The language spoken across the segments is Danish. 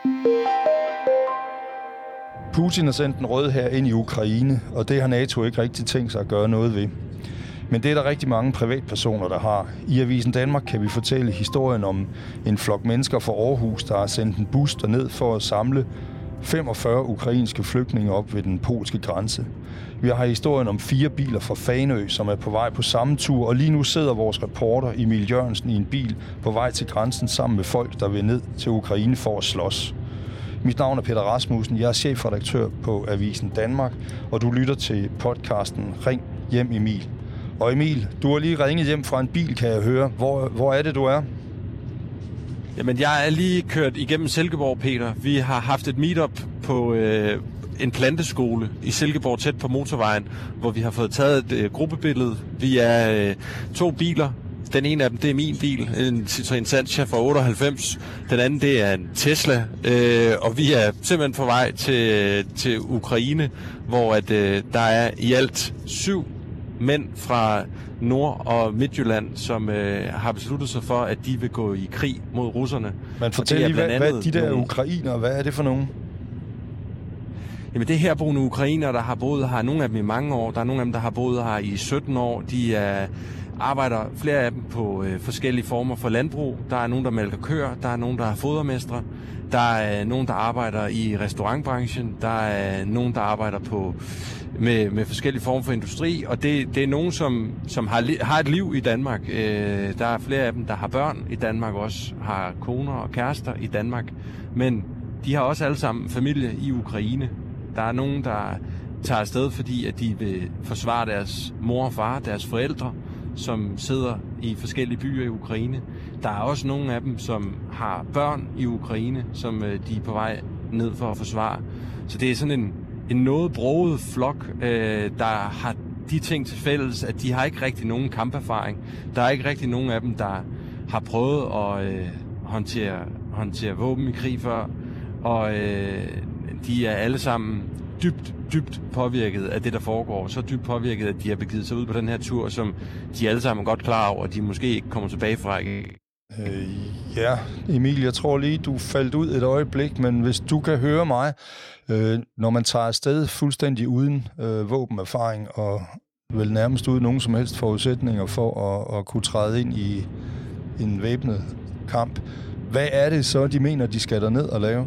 Putin har sendt den røde hær ind i Ukraine, og det har NATO ikke rigtig tænkt sig at gøre noget ved. Men det er der rigtig mange privatpersoner, der har. I Avisen Danmark kan vi fortælle historien om en flok mennesker fra Aarhus, der har sendt en bus derned for at samle 45 ukrainske flygtninge op ved den polske grænse. Vi har historien om 4 biler fra Fanø, som er på vej på samme tur, og lige nu sidder vores reporter Emil Jørgensen i en bil på vej til grænsen sammen med folk, der vil ned til Ukraine for at slås. Mit navn er Peter Rasmussen, jeg er chefredaktør på Avisen Danmark, og du lytter til podcasten Ring hjem Emil. Og Emil, du har lige ringet hjem fra en bil, kan jeg høre. Hvor er det, du er? Jamen, jeg er lige kørt igennem Silkeborg, Peter. Vi har haft et meetup på en planteskole i Silkeborg, tæt på motorvejen, hvor vi har fået taget et gruppebillede. Vi er 2 biler. Den ene af dem, det er min bil, en Citroën Santia fra 98. Den anden, det er en Tesla. Og vi er simpelthen på vej til Ukraine, hvor der er i alt 7 mænd fra Nord- og Midtjylland, som har besluttet sig for, at de vil gå i krig mod russerne. Men fortæl lige, hvad de der ukrainere, hvad er det for nogen? Jamen det er herboende ukrainere, der har boet her, nogle af dem i mange år. Der er nogle af dem, der har boet her i 17 år. De arbejder, flere af dem, på forskellige former for landbrug. Der er nogen, der malker køer, der er nogen, der er fodermestre. Der er nogen, der arbejder i restaurantbranchen. Der er nogen, der arbejder med forskellige former for industri, og det er nogen, som har et liv i Danmark. Der er flere af dem, der har børn i Danmark også, har koner og kærester i Danmark, men de har også alle sammen familie i Ukraine. Der er nogen, der tager afsted, fordi at de vil forsvare deres mor og far, deres forældre, som sidder i forskellige byer i Ukraine. Der er også nogle af dem, som har børn i Ukraine, som de er på vej ned for at forsvare. Så det er sådan en noget broget flok, der har de ting til fælles, at de har ikke rigtig nogen kamperfaring. Der er ikke rigtig nogen af dem, der har prøvet at håndtere våben i krig før, og de er alle sammen dybt påvirket af det, der foregår. Så dybt påvirket, at de har begivet sig ud på den her tur, som de alle sammen er godt klar over, at de måske ikke kommer tilbage fra. Ja, Emil, jeg tror lige, du faldt ud et øjeblik, men hvis du kan høre mig, når man tager afsted fuldstændig uden våbenerfaring og vel nærmest uden nogen som helst forudsætninger for at kunne træde ind i en væbnet kamp, hvad er det så, de mener, de skal derned og lave?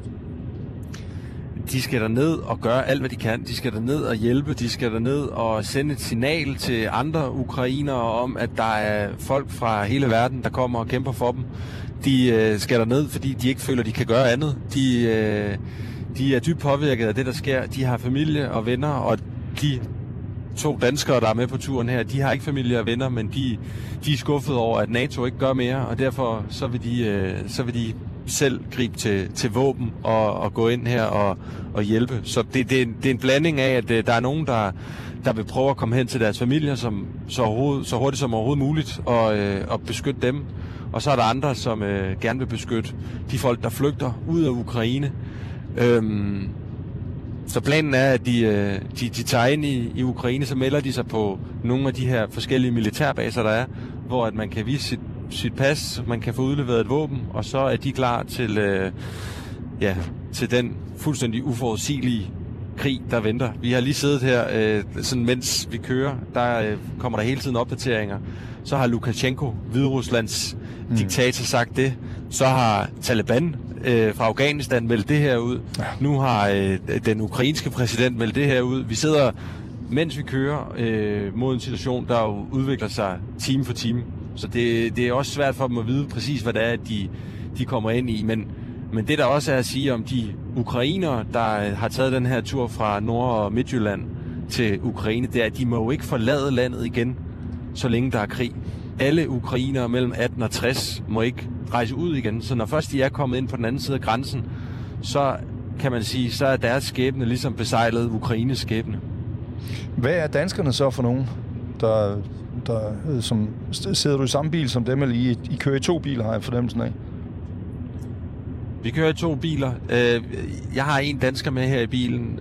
De skal derned og gøre alt, hvad de kan. De skal derned og hjælpe. De skal derned og sende et signal til andre ukrainere om, at der er folk fra hele verden, der kommer og kæmper for dem. De skal derned, fordi de ikke føler, de kan gøre andet. De er dybt påvirket af det, der sker. De har familie og venner, og de 2 danskere, der er med på turen her, de har ikke familie og venner, men de er skuffet over, at NATO ikke gør mere, og derfor så vil de selv gribe til våben og gå ind her og hjælpe. Så det er en blanding af, at der er nogen, der vil prøve at komme hen til deres familier som så hurtigt som overhovedet muligt og beskytte dem. Og så er der andre, som gerne vil beskytte de folk, der flygter ud af Ukraine. Så planen er, at de tager ind i Ukraine, så melder de sig på nogle af de her forskellige militærbaser, der er, hvor at man kan vise sit pas, man kan få udleveret et våben, og så er de klar til den fuldstændig uforudsigelige krig, der venter. Vi har lige siddet her, sådan mens vi kører, der kommer der hele tiden opdateringer. Så har Lukashenko, Hvideruslands diktator, sagt det. Så har Taliban fra Afghanistan meldt det her ud. Nu har den ukrainske præsident meldt det her ud. Vi sidder, mens vi kører, mod en situation, der jo udvikler sig time for time. Så det er også svært for dem at vide præcis, hvad det er, de kommer ind i. Men det, der også er at sige om de ukrainere, der har taget den her tur fra Nord- og Midtjylland til Ukraine, det er, at de må jo ikke forlade landet igen, så længe der er krig. Alle ukrainere mellem 18 og 60 må ikke rejse ud igen. Så når først de er kommet ind på den anden side af grænsen, så kan man sige, så er deres skæbne ligesom besejlet Ukraines skæbne. Hvad er danskerne så for nogen, der som sidder du i samme bil som dem, eller I kører i 2 biler, har jeg fornemmelsen af? Vi kører i 2 biler. Jeg har en dansker med her i bilen.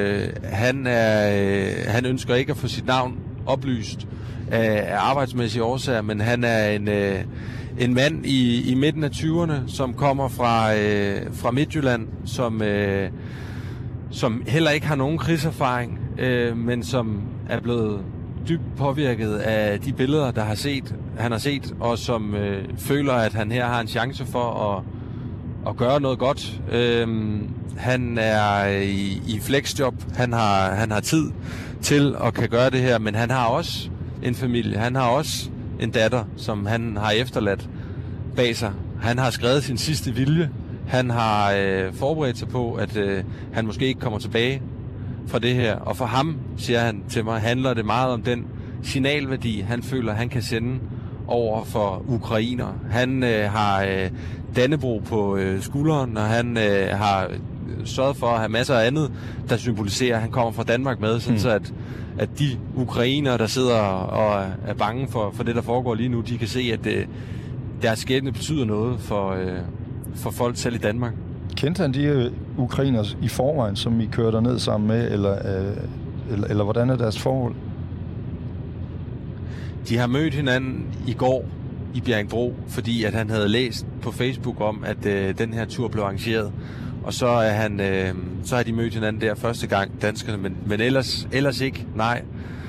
Han ønsker ikke at få sit navn oplyst af arbejdsmæssige årsager, men han er en mand i midten af 20'erne, som kommer fra Midtjylland, som heller ikke har nogen krigserfaring, men som er blevet dybt påvirket af de billeder, han har set, og som føler, at han her har en chance for at gøre noget godt. Han er i flexjob, han har tid til at kan gøre det her, men han har også en familie, han har også en datter, som han har efterladt bag sig. Han har skrevet sin sidste vilje, han har forberedt sig på, at han måske ikke kommer tilbage fra det her, og for ham, siger han til mig, handler det meget om den signalværdi, han føler, han kan sende over for ukrainer. Han har Dannebrog på skulderen, og han har sørget for at have masser af andet, der symboliserer, at han kommer fra Danmark med, sådan så at de ukrainer, der sidder og er bange for det, der foregår lige nu, de kan se, at deres skæbne betyder noget for folk selv i Danmark. Kendte han de ukrainer i forvejen, som I kører derned sammen med, eller hvordan er deres forhold? De har mødt hinanden i går i Bjerringbro, fordi at han havde læst på Facebook om, at den her tur blev arrangeret. Og så har de mødt hinanden der første gang, danskerne, men ellers ikke, nej.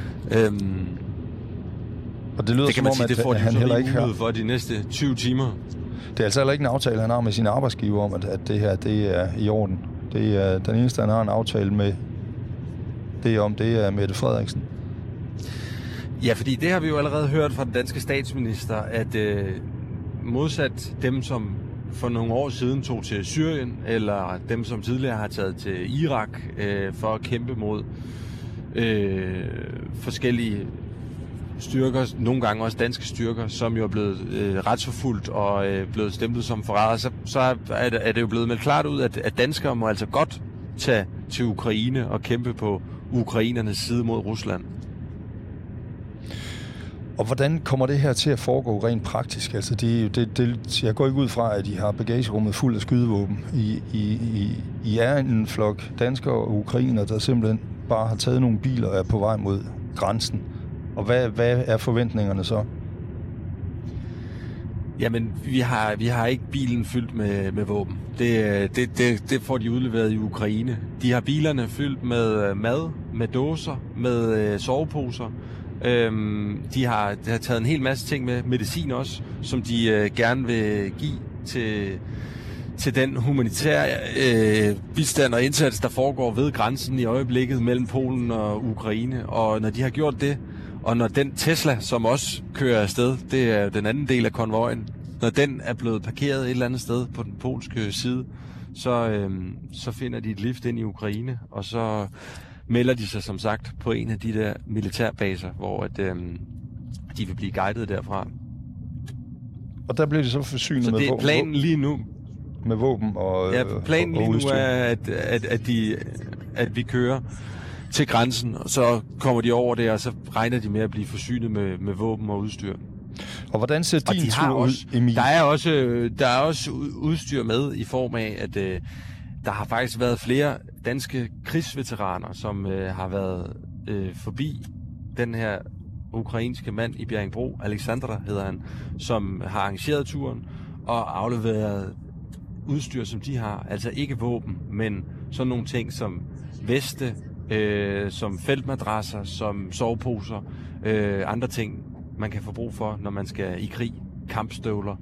Og det lyder det kan man som sige, om, at han heller ikke har for de næste 20 timer. Det er altså heller ikke en aftale, han har med sin arbejdsgiver om, at det her, det er i orden. Det er den eneste, han har en aftale med, det er Mette Frederiksen. Ja, fordi det har vi jo allerede hørt fra den danske statsminister, at modsat dem, som for nogle år siden tog til Syrien, eller dem, som tidligere har taget til Irak for at kæmpe mod forskellige styrker, nogle gange også danske styrker, som jo er blevet retsforfulgt og blevet stemplet som forrædere, så er det jo blevet meldt klart ud, at danskere må altså godt tage til Ukraine og kæmpe på ukrainernes side mod Rusland. Og hvordan kommer det her til at foregå rent praktisk? Altså jeg går ikke ud fra, at I har bagagerummet fuld af skydevåben. I er en flok danskere og ukrainer, der simpelthen bare har taget nogle biler og er på vej mod grænsen. Og hvad er forventningerne så? Jamen, vi har ikke bilen fyldt med våben. Det får de udleveret i Ukraine. De har bilerne fyldt med mad, med dåser, med soveposer. De har taget en hel masse ting med, medicin også, som de gerne vil give til den humanitære bistand og indsats, der foregår ved grænsen i øjeblikket mellem Polen og Ukraine. Og når de har gjort det, og når den Tesla, som også kører afsted, det er den anden del af konvojen, når den er blevet parkeret et eller andet sted på den polske side, så finder de et lift ind i Ukraine, og så melder de sig som sagt på en af de der militærbaser, hvor de vil blive guidet derfra. Og der bliver de så forsynet så med våben? Så det er planen lige nu. Med våben og ja, planen lige nu er, at vi kører til grænsen, og så kommer de over der, og så regner de med at blive forsynet med våben og udstyr. Og hvordan ser din tur ud, Emil? Der er også udstyr med i form af, at der har faktisk været flere danske krigsveteraner, som har været forbi den her ukrainske mand i Bjerringbro, Alexandra hedder han, som har arrangeret turen og afleveret udstyr, som de har. Altså ikke våben, men sådan nogle ting som veste, som feltmadrasser, som soveposer, andre ting, man kan få brug for, når man skal i krig, kampstøvler.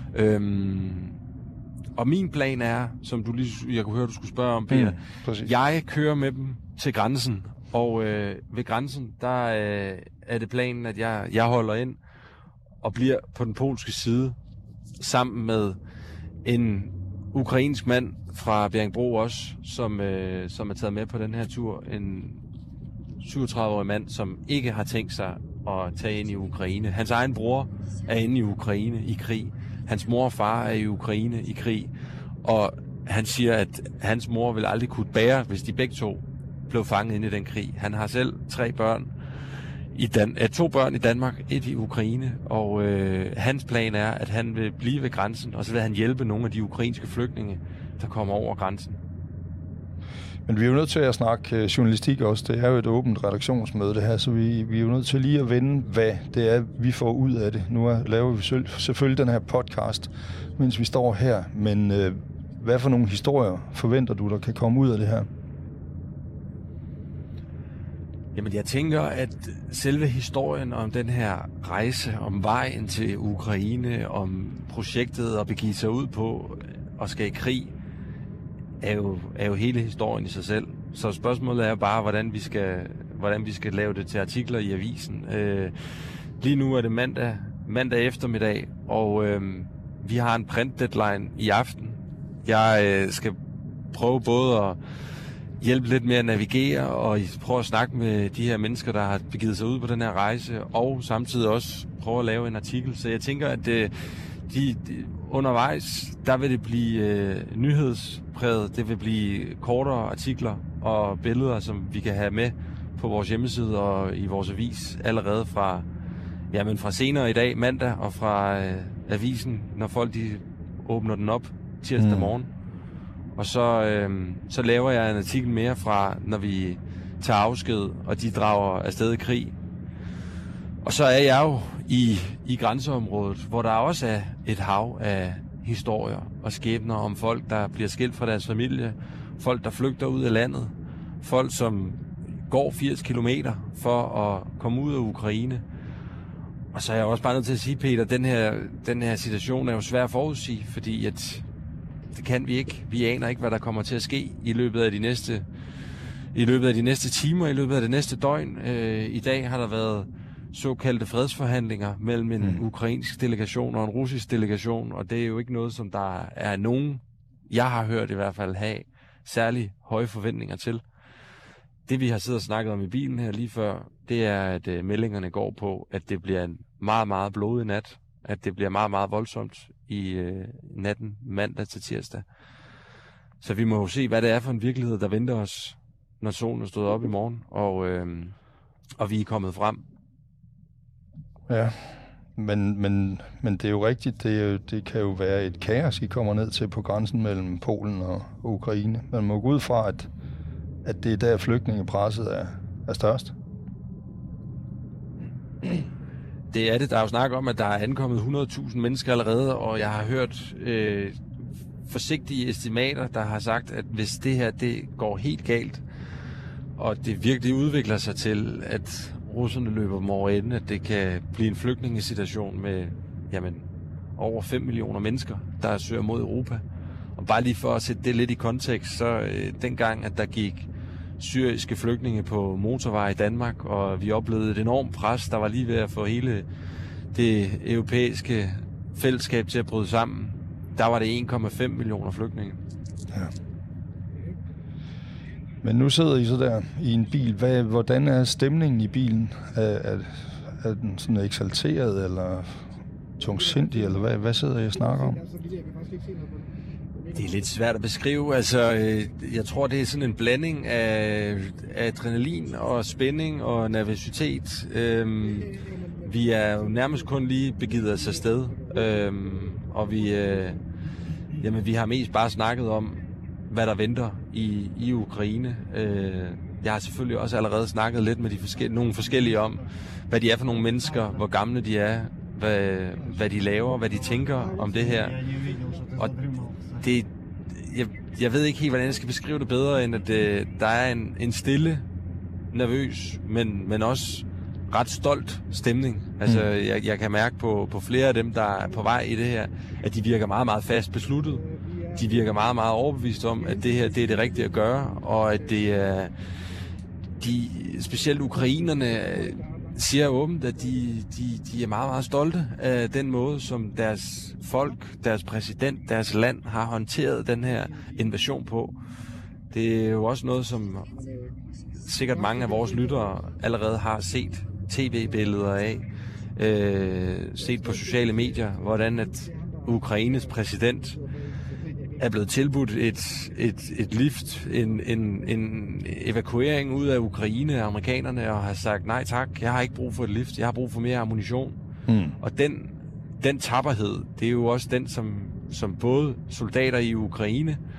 Og min plan er, som jeg kunne høre, du skulle spørge om, Peter, jeg kører med dem til grænsen, og ved grænsen, der er det planen, at jeg holder ind og bliver på den polske side, sammen med en ukrainsk mand fra Bjerringbro også, som er taget med på den her tur. En 37-årig mand, som ikke har tænkt sig at tage ind i Ukraine. Hans egen bror er inde i Ukraine i krig. Hans mor og far er i Ukraine i krig. Og han siger, at hans mor vil aldrig kunne bære, hvis de begge to blev fanget inde i den krig. Han har selv 3 børn. 2 børn i Danmark, 1 i Ukraine, og hans plan er, at han vil blive ved grænsen, og så vil han hjælpe nogle af de ukrainske flygtninge, der kommer over grænsen. Men vi er jo nødt til at snakke journalistik også. Det er jo et åbent redaktionsmøde, det her, så vi er jo nødt til lige at vende, hvad det er, vi får ud af det. Nu laver vi selvfølgelig den her podcast, mens vi står her, men hvad for nogle historier forventer du, der kan komme ud af det her? Jamen, jeg tænker, at selve historien om den her rejse, om vejen til Ukraine, om projektet at begive sig ud på at skal i krig, er jo hele historien i sig selv. Så spørgsmålet er bare, hvordan vi skal lave det til artikler i avisen. Lige nu er det mandag eftermiddag, og vi har en print deadline i aften. Jeg skal prøve både at hjælpe lidt med at navigere og prøve at snakke med de her mennesker, der har begivet sig ud på den her rejse, og samtidig også prøve at lave en artikel. Så jeg tænker, at undervejs, der vil det blive nyhedspræget. Det vil blive kortere artikler og billeder, som vi kan have med på vores hjemmeside og i vores avis allerede fra senere i dag, mandag, og fra avisen, når folk de åbner den op tirsdag morgen. Og så laver jeg en artikel mere fra, når vi tager afsked, og de drager afsted i krig. Og så er jeg jo i grænseområdet, hvor der også er et hav af historier og skæbner om folk, der bliver skilt fra deres familie, folk, der flygter ud af landet, folk, som går 80 kilometer for at komme ud af Ukraine. Og så er jeg også bare nødt til at sige, Peter, den her situation er jo svær at forudsige, fordi det kan vi ikke. Vi aner ikke, hvad der kommer til at ske i løbet af de næste timer, i løbet af det næste døgn. I dag har der været såkaldte fredsforhandlinger mellem en ukrainsk delegation og en russisk delegation, og det er jo ikke noget, som der er nogen, jeg har hørt i hvert fald, have særlig høje forventninger til. Det vi har siddet og snakket om i bilen her lige før, det er, at meldingerne går på, at det bliver en meget, meget blodig nat, at det bliver meget, meget voldsomt i natten mandag til tirsdag. Så vi må jo se, hvad det er for en virkelighed, der venter os, når solen er stået op i morgen, og vi er kommet frem. Ja, men det er jo rigtigt. Det kan jo være et kaos, I kommer ned til på grænsen mellem Polen og Ukraine. Man må gå ud fra, at det er der flygtningepresset er størst. Det er det. Der er jo snak om, at der er ankommet 100.000 mennesker allerede, og jeg har hørt forsigtige estimater, der har sagt, at hvis det her det går helt galt, og det virkelig udvikler sig til, at russerne løber dem over ende, at det kan blive en flygtningesituation med over 5 millioner mennesker, der søger mod Europa. Og bare lige for at sætte det lidt i kontekst, så dengang, at der gik syriske flygtninge på motorvej i Danmark, og vi oplevede et enormt pres, der var lige ved at få hele det europæiske fællesskab til at bryde sammen. Der var det 1,5 millioner flygtninge. Ja. Men nu sidder I så der i en bil. Hvordan er stemningen i bilen? Er den sådan eksalteret, eller tungsindig, eller hvad sidder I og snakker om? Det er lidt svært at beskrive. Altså, jeg tror, det er sådan en blanding af adrenalin og spænding og nervøsitet. Vi er jo nærmest kun lige begivet os afsted, og vi har mest bare snakket om, hvad der venter i Ukraine. Jeg har selvfølgelig også allerede snakket lidt med nogle forskellige om, hvad de er for nogle mennesker, hvor gamle de er, hvad de laver, hvad de tænker om det her. Og jeg ved ikke helt, hvordan jeg skal beskrive det bedre, end at der er en stille, nervøs, men også ret stolt stemning. Altså, jeg kan mærke på flere af dem, der er på vej i det her, at de virker meget, meget fast besluttet. De virker meget, meget overbevist om, at det her det er det rigtige at gøre, og at det er specielt ukrainerne siger åbent, at de er meget, meget stolte af den måde, som deres folk, deres præsident, deres land har håndteret den her invasion på. Det er jo også noget, som sikkert mange af vores lyttere allerede har set tv-billeder af, set på sociale medier, hvordan at Ukraines præsident er blevet tilbudt et lift, en evakuering ud af Ukraine af amerikanerne, og har sagt, nej tak, jeg har ikke brug for et lift, jeg har brug for mere ammunition. Og den tapperhed, det er jo også den, som både soldater i Ukraine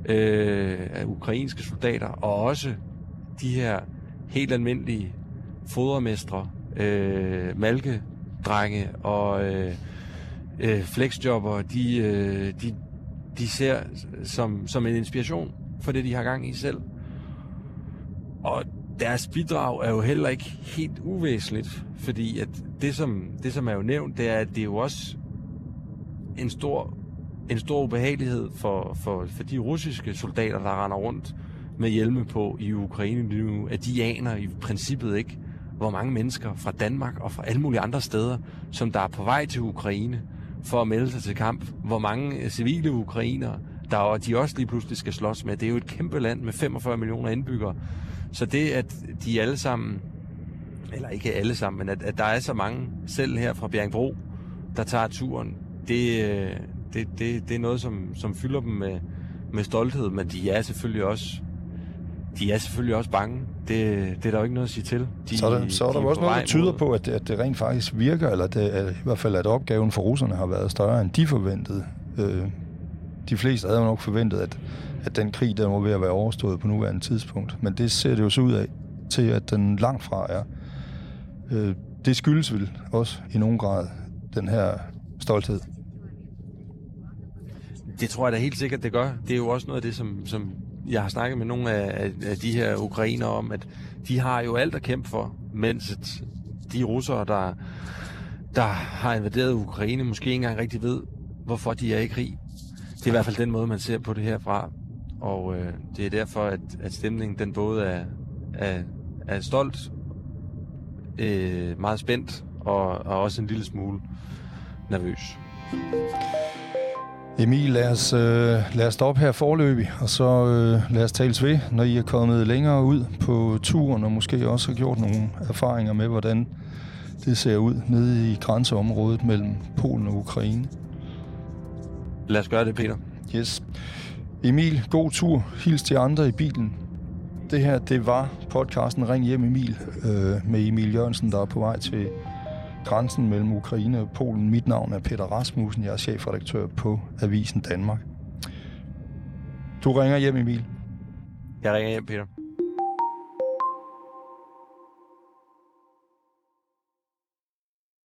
af ukrainske soldater, og også de her helt almindelige fodermestre, malkedrenge og flexjobber, de ser som en inspiration for det, de har gang i selv. Og deres bidrag er jo heller ikke helt uvæsentligt, fordi at det som er jo nævnt, det er, at det er jo også en stor ubehagelighed for de russiske soldater, der render rundt med hjelme på i Ukraine nu, at de aner i princippet ikke, hvor mange mennesker fra Danmark og fra alle mulige andre steder, som der er på vej til Ukraine for at melde sig til kamp, hvor mange civile ukrainere, de også lige pludselig skal slås med. Det er jo et kæmpe land med 45 millioner indbyggere. Så det, at de alle sammen, eller ikke alle sammen, men at der er så mange, selv her fra Bjerringbro, der tager turen, det er noget, som fylder dem med stolthed, men de er selvfølgelig også bange. Det er der jo ikke noget at sige til. Så er der også noget, der tyder på, at det rent faktisk virker, eller i hvert fald, at opgaven for russerne har været større, end de forventede. De fleste havde jo nok forventet, at den krig, der må ved at være overstået på nuværende tidspunkt. Men det ser det jo så ud af til, at den langt fra er. Det skyldes vel også i nogen grad den her stolthed. Det tror jeg da helt sikkert, det gør. Det er jo også noget af det, som jeg har snakket med nogle af de her ukrainere om, at de har jo alt at kæmpe for, mens de russere, der har invaderet Ukraine, måske ikke engang rigtig ved, hvorfor de er i krig. Det er i hvert fald den måde, man ser på det herfra. Og det er derfor, at stemningen den både er stolt, meget spændt og også en lille smule nervøs. Emil, lad os stoppe her forløbig, og så lad os tales ved, når I er kommet længere ud på turen, og måske også har gjort nogle erfaringer med, hvordan det ser ud nede i grænseområdet mellem Polen og Ukraine. Lad os gøre det, Peter. Yes. Emil, god tur. Hils de andre i bilen. Det her, det var podcasten Ring hjem Emil, med Emil Jørgensen, der er på vej til grænsen mellem Ukraine og Polen. Mit navn er Peter Rasmussen. Jeg er chefredaktør på Avisen Danmark. Du ringer hjem, Emil. Jeg ringer hjem, Peter.